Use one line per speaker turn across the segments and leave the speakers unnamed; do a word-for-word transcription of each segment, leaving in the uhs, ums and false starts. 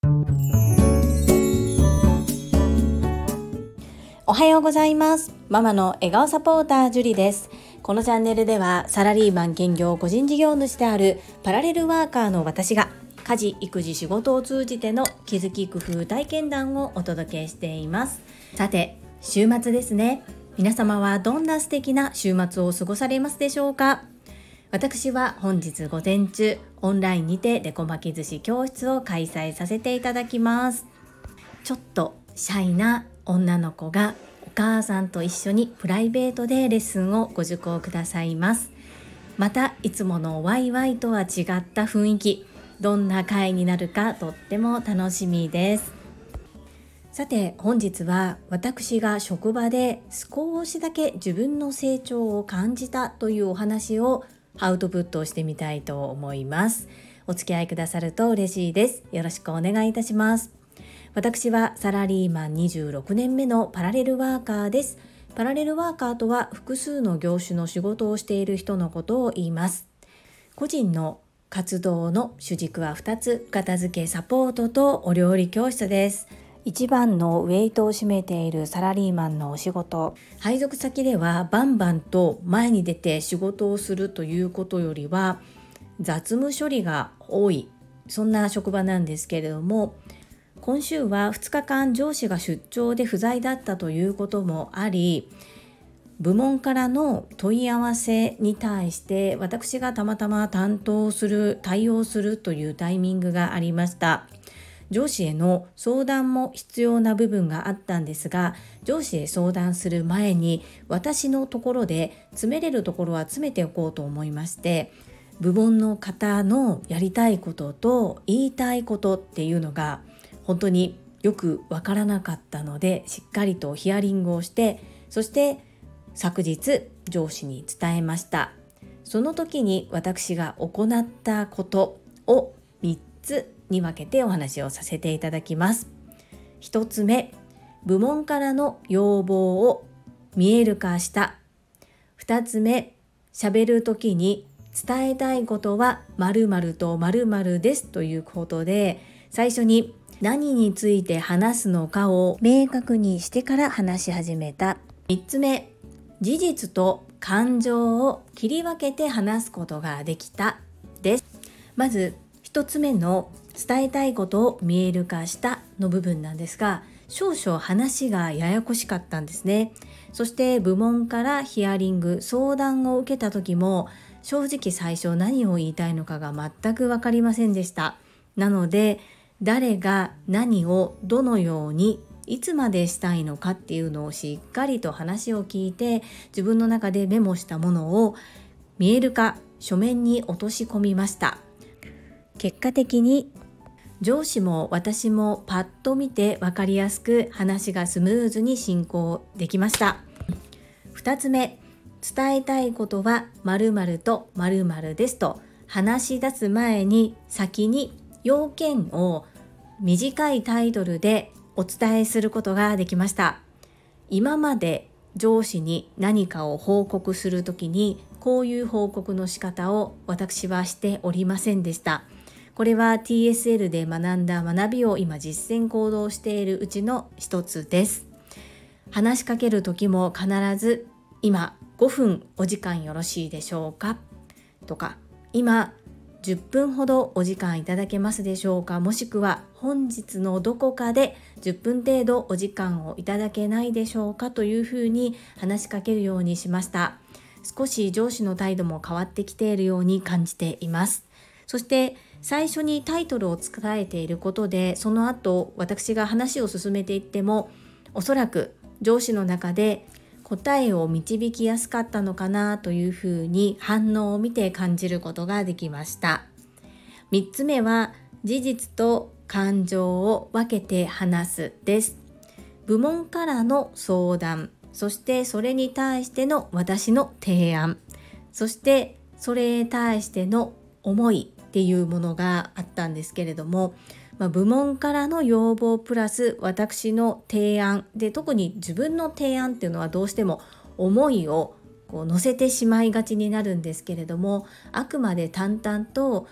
おはようございます。ママの笑顔サポータージュリです。このチャンネルではサラリーマン兼業個人事業主であるパラレルワーカーの私が家事育児仕事を通じての気づき工夫体験談をお届けしています。さて、週末ですね。皆様はどんな素敵な週末を過ごされますでしょうか。私は本日午前中オンラインにてデコ巻き寿司教室を開催させていただきます。ちょっとシャイな女の子がお母さんと一緒にプライベートでレッスンをご受講くださいます。またいつものワイワイとは違った雰囲気、どんな会になるかとっても楽しみです。さて、本日は私が職場で少しだけ自分の成長を感じたというお話をアウトプットをしてみたいと思います。お付き合いくださると嬉しいです。よろしくお願いいたします。私はサラリーマンにじゅうろくねんめのパラレルワーカーです。パラレルワーカーとは複数の業種の仕事をしている人のことを言います。個人の活動の主軸はふたつ、片付けサポートとお料理教室です。一番のウェイトを占めているサラリーマンのお仕事、配属先ではバンバンと前に出て仕事をするということよりは雑務処理が多い、そんな職場なんですけれども、今週はふつかかん上司が出張で不在だったということもあり、部門からの問い合わせに対して私がたまたま担当する対応するというタイミングがありました。上司への相談も必要な部分があったんですが、上司へ相談する前に私のところで詰めれるところは詰めておこうと思いまして、部門の方のやりたいことと言いたいことっていうのが本当によくわからなかったので、しっかりとヒアリングをして、そして昨日上司に伝えました。その時に私が行ったことをみっつに分けてお話をさせていただきます。ひとつめ、部門からの要望を見える化した。ふたつめ、喋る時に伝えたいことは〇〇と〇〇ですということで、最初に何について話すのかを明確にしてから話し始めた。みっつめ、事実と感情を切り分けて話すことができたです。まずひとつめの伝えたいことを見える化したの部分なんですが、少々話がややこしかったんですね。そして部門からヒアリング、相談を受けた時も正直最初何を言いたいのかが全く分かりませんでした。なので誰が何をどのようにいつまでしたいのかっていうのをしっかりと話を聞いて、自分の中でメモしたものを見える化、書面に落とし込みました。結果的に上司も私もパッと見て分かりやすく話がスムーズに進行できました。ふたつめ、伝えたいことは〇〇と〇〇ですと話し出す前に先に要件を短いタイトルでお伝えすることができました。今まで上司に何かを報告するときにこういう報告の仕方を私はしておりませんでした。これは ティーエスエル で学んだ学びを今実践行動しているうちの一つです。話しかけるときも必ず今ごふんお時間よろしいでしょうかとか、今じゅっぷんほどお時間いただけますでしょうか、もしくは本日のどこかでじゅっぷん程度お時間をいただけないでしょうかというふうに話しかけるようにしました。少し上司の態度も変わってきているように感じています。そして最初にタイトルを伝えていることで、その後私が話を進めていってもおそらく上司の中で答えを導きやすかったのかなというふうに反応を見て感じることができました。みっつめは事実と感情を分けて話すです。部門からの相談、そしてそれに対しての私の提案、そしてそれに対しての思いっていうものがあったんですけれども、まあ、部門からの要望プラス私の提案で、特に自分の提案っていうのはどうしても思いをこう乗せてしまいがちになるんですけれども、あくまで淡々と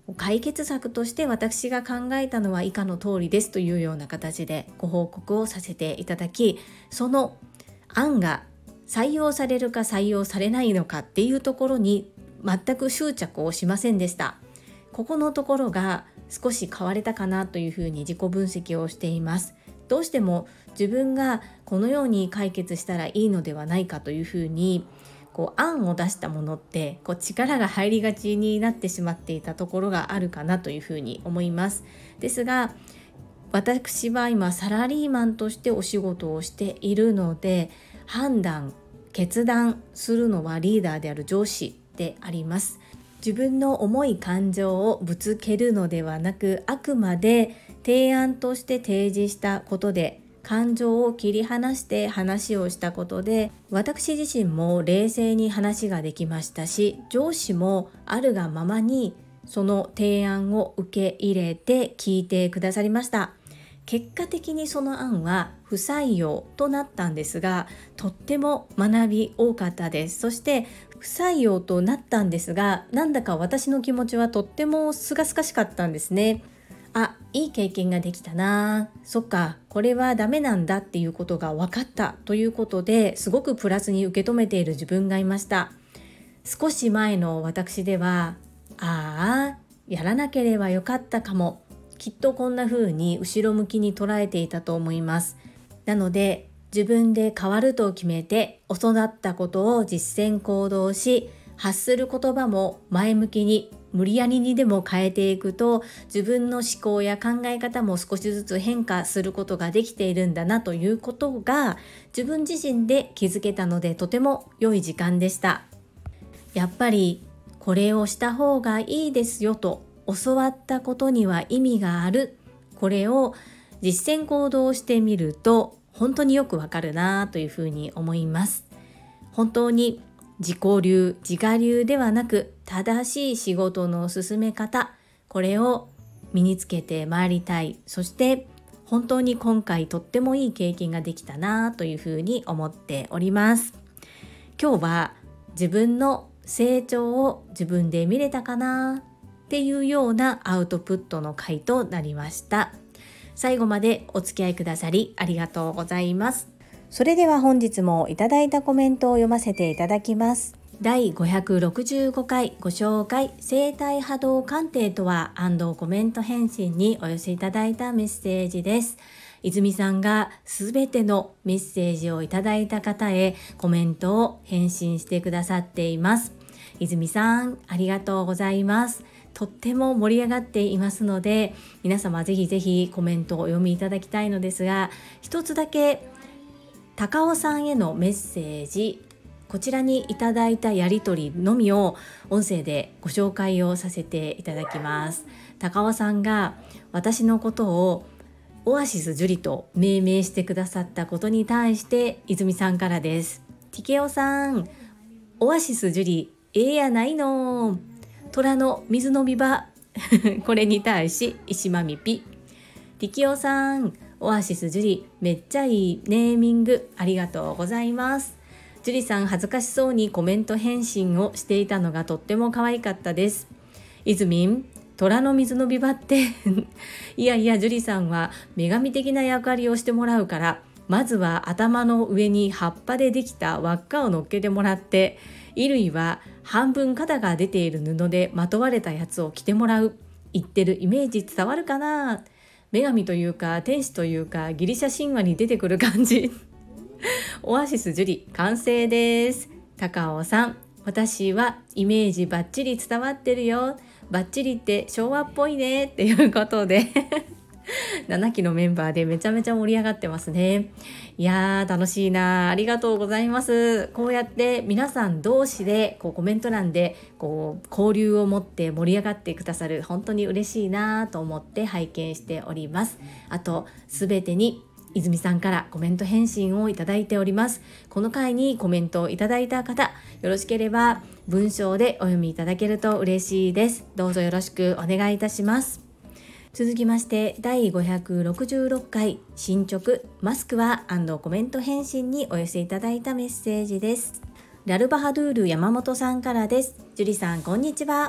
解決策として私が考えたのは以下の通りですというような形でご報告をさせていただき、その案が採用されるか採用されないのかっていうところに全く執着をしませんでした。ここのところが少し変われたかなというふうに自己分析をしています。どうしても自分がこのように解決したらいいのではないかというふうにこう案を出したものってこう力が入りがちになってしまっていたところがあるかなというふうに思います。ですが私は今サラリーマンとしてお仕事をしているので、判断決断するのはリーダーである上司であります。自分の重い感情をぶつけるのではなく、あくまで提案として提示したことで感情を切り離して話をしたことで、私自身も冷静に話ができましたし、上司もあるがままにその提案を受け入れて聞いてくださりました。結果的にその案は不採用となったんですが、とっても学び多かったです。そして不採用となったんですが、なんだか私の気持ちはとってもすがすがしかったんですね。あ、いい経験ができたな、そっか、これはダメなんだっていうことが分かったということで、すごくプラスに受け止めている自分がいました。少し前の私では、ああ、やらなければよかったかも、きっとこんな風に後ろ向きに捉えていたと思います。なので自分で変わると決めて教わったことを実践行動し、発する言葉も前向きに無理やりにでも変えていくと、自分の思考や考え方も少しずつ変化することができているんだなということが自分自身で気づけたので、とても良い時間でした。やっぱりこれをした方がいいですよと教わったことには意味がある。これを実践行動してみると本当によくわかるなというふうに思います。本当に自己流、自我流ではなく正しい仕事の進め方、これを身につけてまいりたい。そして本当に今回とってもいい経験ができたなというふうに思っております。今日は自分の成長を自分で見れたかなっていうようなアウトプットの回となりました。最後までお付き合いくださりありがとうございます。それでは本日もいただいたコメントを読ませていただきます。だいごひゃくろくじゅうごかいご紹介、生体波動鑑定とは&コメント返信にお寄せいただいたメッセージです。泉さんがすべてのメッセージをいただいた方へコメントを返信してくださっています。泉さん、ありがとうございます。とっても盛り上がっていますので、皆様ぜひぜひコメントをお読みいただきたいのですが、一つだけ高尾さんへのメッセージ、こちらにいただいたやり取りのみを音声でご紹介をさせていただきます。高尾さんが私のことをオアシス樹里と命名してくださったことに対して泉さんからです。ティケオさん、オアシス樹里ええやないの、虎の水飲み場これに対し石まみぴ、ティケオさん、オアシス樹里めっちゃいいネーミングありがとうございます。樹里さん恥ずかしそうにコメント返信をしていたのがとっても可愛かったです。いずみん、虎の水飲み場っていやいや、樹里さんは女神的な役割をしてもらうから、まずは頭の上に葉っぱでできた輪っかを乗っけてもらって、衣類は半分肩が出ている布でまとわれたやつを着てもらう。言ってるイメージ伝わるかな。女神というか天使というかギリシャ神話に出てくる感じオアシス樹里完成です。高尾さん、私はイメージバッチリ伝わってるよ。バッチリって昭和っぽいねっていうことでななきのメンバーでめちゃめちゃ盛り上がってますね。いやー楽しいな、ありがとうございます。こうやって皆さん同士でこうコメント欄でこう交流を持って盛り上がってくださる、本当に嬉しいなと思って拝見しております。あとすべてに泉さんからコメント返信をいただいております。この回にコメントをいただいた方、よろしければ文章でお読みいただけると嬉しいです。どうぞよろしくお願いいたします。続きましてだいごひゃくろくじゅうろっかい進捗マスクは&コメント返信にお寄せいただいたメッセージです。ラルバハドゥール山本さんからです。樹里さんこんにちは。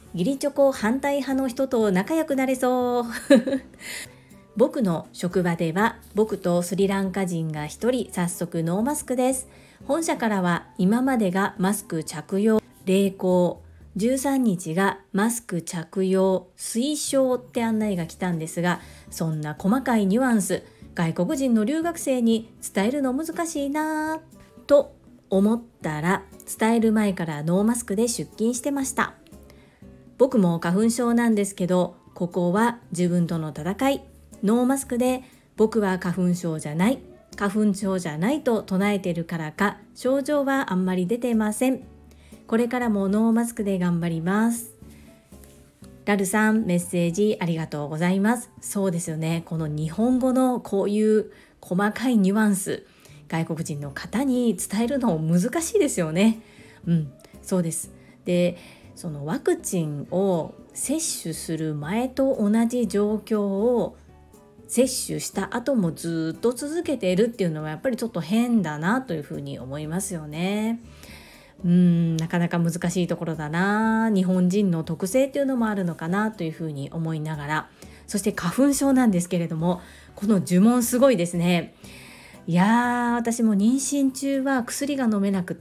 義理チョコ反対派の人と仲良くなれそう僕の職場では僕とスリランカ人が一人早速ノーマスクです。本社からは今までがマスク着用励行、じゅうさんにちがマスク着用推奨って案内が来たんですが、そんな細かいニュアンス外国人の留学生に伝えるの難しいなぁと思ったら、伝える前からノーマスクで出勤してました。僕も花粉症なんですけど、ここは自分との戦い。ノーマスクで僕は花粉症じゃない花粉症じゃないと唱えてるからか、症状はあんまり出てません。これからもノーマスクで頑張ります。ラルさん、メッセージありがとうございます。そうですよね、この日本語のこういう細かいニュアンス、外国人の方に伝えるの難しいですよね。うん、そうです。で、そのワクチンを接種する前と同じ状況を接種した後もずっと続けているっていうのはやっぱりちょっと変だなというふうに思いますよね。うーんなかなか難しいところだな。日本人の特性っていうのもあるのかなというふうに思いながら、そして花粉症なんですけれども、この呪文すごいですね。いやー、私も妊娠中は薬が飲めなくって、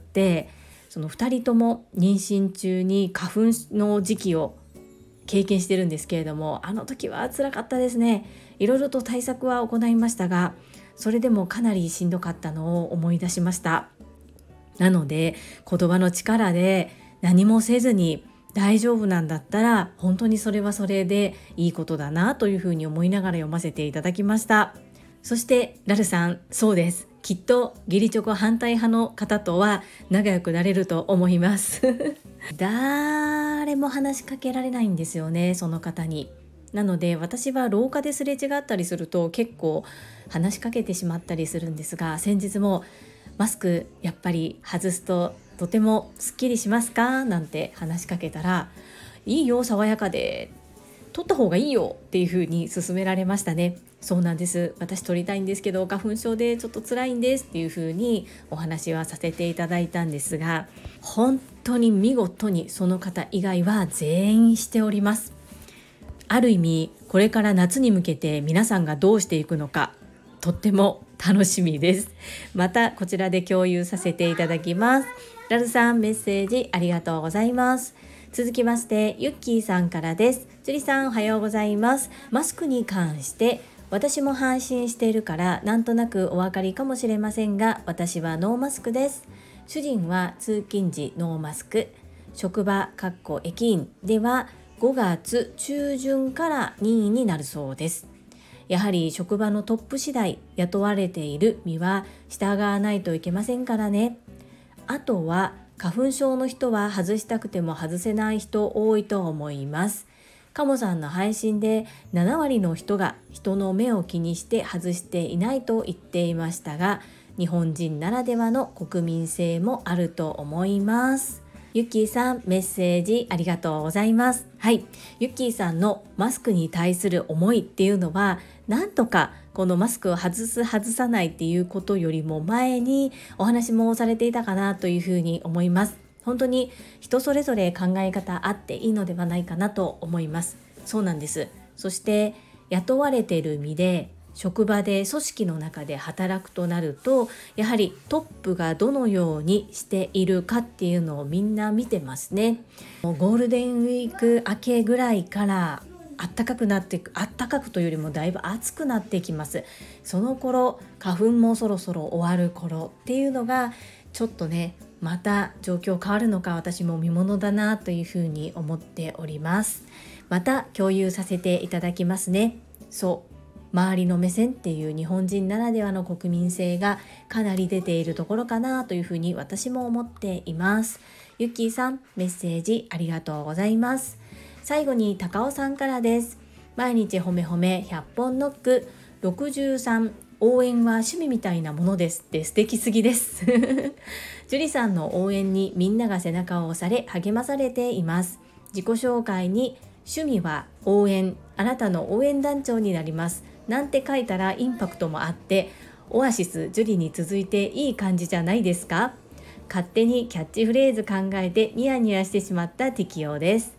そのふたりとも妊娠中に花粉の時期を経験してるんですけれども、あの時は辛かったですね。いろいろと対策は行いましたが、それでもかなりしんどかったのを思い出しました。なので言葉の力で何もせずに大丈夫なんだったら、本当にそれはそれでいいことだなというふうに思いながら読ませていただきました。そしてラルさん、そうです、きっと義理チョコ反対派の方とは仲良くなれると思います誰も話しかけられないんですよね、その方に。なので私は廊下ですれ違ったりすると結構話しかけてしまったりするんですが、先日もマスクやっぱり外すととてもすっきりしますかなんて話しかけたら、いいよ、爽やかで取った方がいいよっていう風に勧められましたね。そうなんです、私取りたいんですけど花粉症でちょっと辛いんですっていう風にお話はさせていただいたんですが、本当に見事にその方以外は全員しております。ある意味これから夏に向けて皆さんがどうしていくのか、とっても楽しみです。またこちらで共有させていただきます。ラルさん、メッセージありがとうございます。続きましてユッキーさんからです。ジュリさん、おはようございます。マスクに関して私も配信しているからなんとなくお分かりかもしれませんが、私はノーマスクです。主人は通勤時ノーマスク、職場駅員ではごがつ中旬から任意になるそうです。やはり職場のトップ次第、雇われている身は従わないといけませんからね。あとは花粉症の人は外したくても外せない人多いと思います。カモさんの配信でななわりの人が人の目を気にして外していないと言っていましたが、日本人ならではの国民性もあると思います。ユッキーさん、メッセージありがとうございます。はい、ユッキーさんのマスクに対する思いっていうのは、なんとかこのマスクを外す外さないっていうことよりも前にお話もされていたかなというふうに思います。本当に人それぞれ考え方あっていいのではないかなと思います。そうなんです。そして雇われている身で職場で組織の中で働くとなると、やはりトップがどのようにしているかっていうのをみんな見てますね。ゴールデンウィーク明けぐらいから暖かくなっていく、暖かくというよりもだいぶ暑くなってきます。その頃花粉もそろそろ終わる頃っていうのがちょっとね、また状況変わるのか私も見ものだなというふうに思っております。また共有させていただきますね。そう周りの目線っていう日本人ならではの国民性がかなり出ているところかなというふうに私も思っています。ゆっきーさん、メッセージありがとうございます。最後に高尾さんからです。毎日褒め褒めひゃっぽんノックろくじゅうさん、応援は趣味みたいなものですって素敵すぎですジュリさんの応援にみんなが背中を押され励まされています。自己紹介に趣味は応援、あなたの応援団長になりますなんて書いたらインパクトもあって、オアシスジュリに続いていい感じじゃないですか。勝手にキャッチフレーズ考えてニヤニヤしてしまった適用です。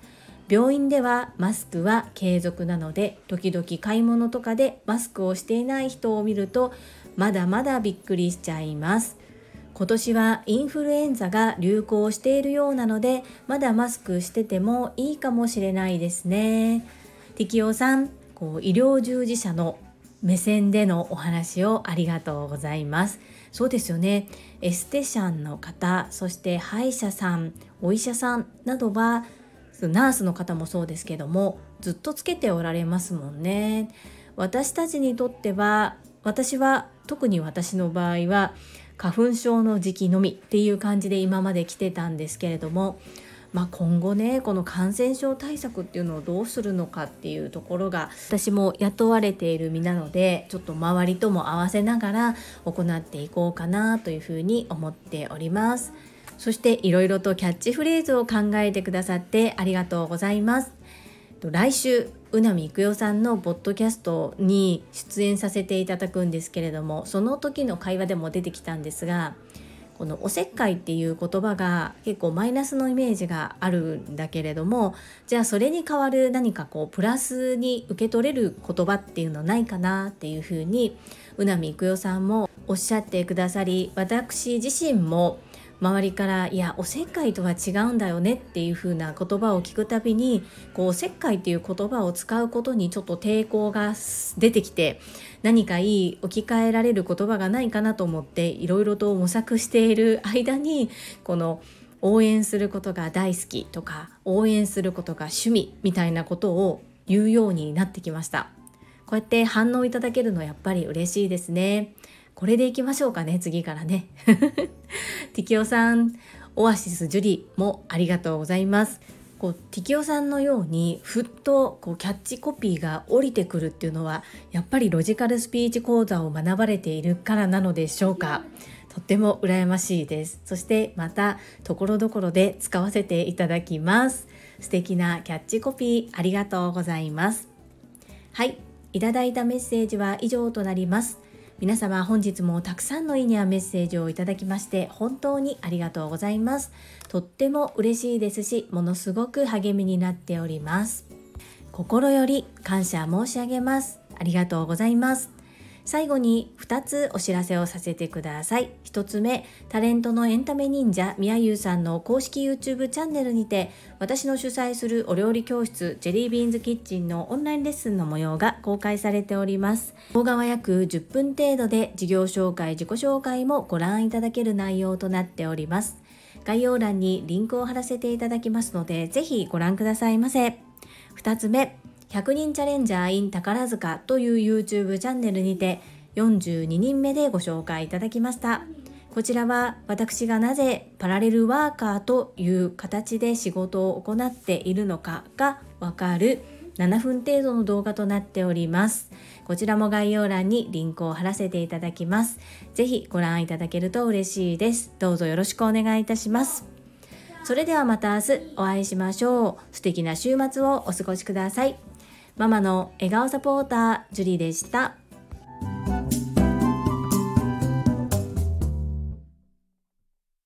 病院ではマスクは継続なので、時々買い物とかでマスクをしていない人を見るとまだまだびっくりしちゃいます。今年はインフルエンザが流行しているようなので、まだマスクしててもいいかもしれないですね。ティキオさん、こう医療従事者の目線でのお話をありがとうございます。そうですよね。エステシャンの方、そして歯医者さん、お医者さんなどは、ナースの方もそうですけども、ずっとつけておられますもんね。私たちにとっては、私は特に私の場合は花粉症の時期のみっていう感じで今まで来てたんですけれども、まあ、今後ね、この感染症対策っていうのをどうするのかっていうところが、私も雇われている身なので、ちょっと周りとも合わせながら行っていこうかなというふうに思っております。そしていろいろとキャッチフレーズを考えてくださってありがとうございます。来週宇波育代さんのポッドキャストに出演させていただくんですけれども、その時の会話でも出てきたんですが、このおせっかいっていう言葉が結構マイナスのイメージがあるんだけれども、じゃあそれに代わる何かこうプラスに受け取れる言葉っていうのないかなっていうふうに宇波育代さんもおっしゃってくださり、私自身も周りからいやおせっかいとは違うんだよねっていう風な言葉を聞くたびに、こうおせっかいっていう言葉を使うことにちょっと抵抗が出てきて、何かいい置き換えられる言葉がないかなと思っていろいろと模索している間に、この応援することが大好きとか応援することが趣味みたいなことを言うようになってきました。こうやって反応いただけるのはやっぱり嬉しいですね。これでいきましょうかね、次からね。ティキオさん、オアシスジュリもありがとうございます。こうティキオさんのようにふっとこうキャッチコピーが降りてくるっていうのは、やっぱりロジカルスピーチ講座を学ばれているからなのでしょうか。とっても羨ましいです。そしてまたところどころで使わせていただきます。素敵なキャッチコピーありがとうございます。はい、いただいたメッセージは以上となります。皆様本日もたくさんのいいねやメッセージをいただきまして本当にありがとうございます。とっても嬉しいですし、ものすごく励みになっております。心より感謝申し上げます。ありがとうございます。最後にふたつお知らせをさせてください。ひとつめ、タレントのエンタメ忍者みやゆうさんの公式 YouTube チャンネルにて、私の主催するお料理教室ジェリービーンズキッチンのオンラインレッスンの模様が公開されております。動画は約じゅっぷん程度で、事業紹介、自己紹介もご覧いただける内容となっております。概要欄にリンクを貼らせていただきますので、ぜひご覧くださいませ。ふたつめ、ひゃくにんチャレンジャー in 宝塚という YouTube チャンネルにてよんじゅうににんめでご紹介いただきました。こちらは私がなぜパラレルワーカーという形で仕事を行っているのかがわかるななふん程度の動画となっております。こちらも概要欄にリンクを貼らせていただきます。ぜひご覧いただけると嬉しいです。どうぞよろしくお願いいたします。それではまた明日お会いしましょう。素敵な週末をお過ごしください。ママの笑顔サポータージュリでした。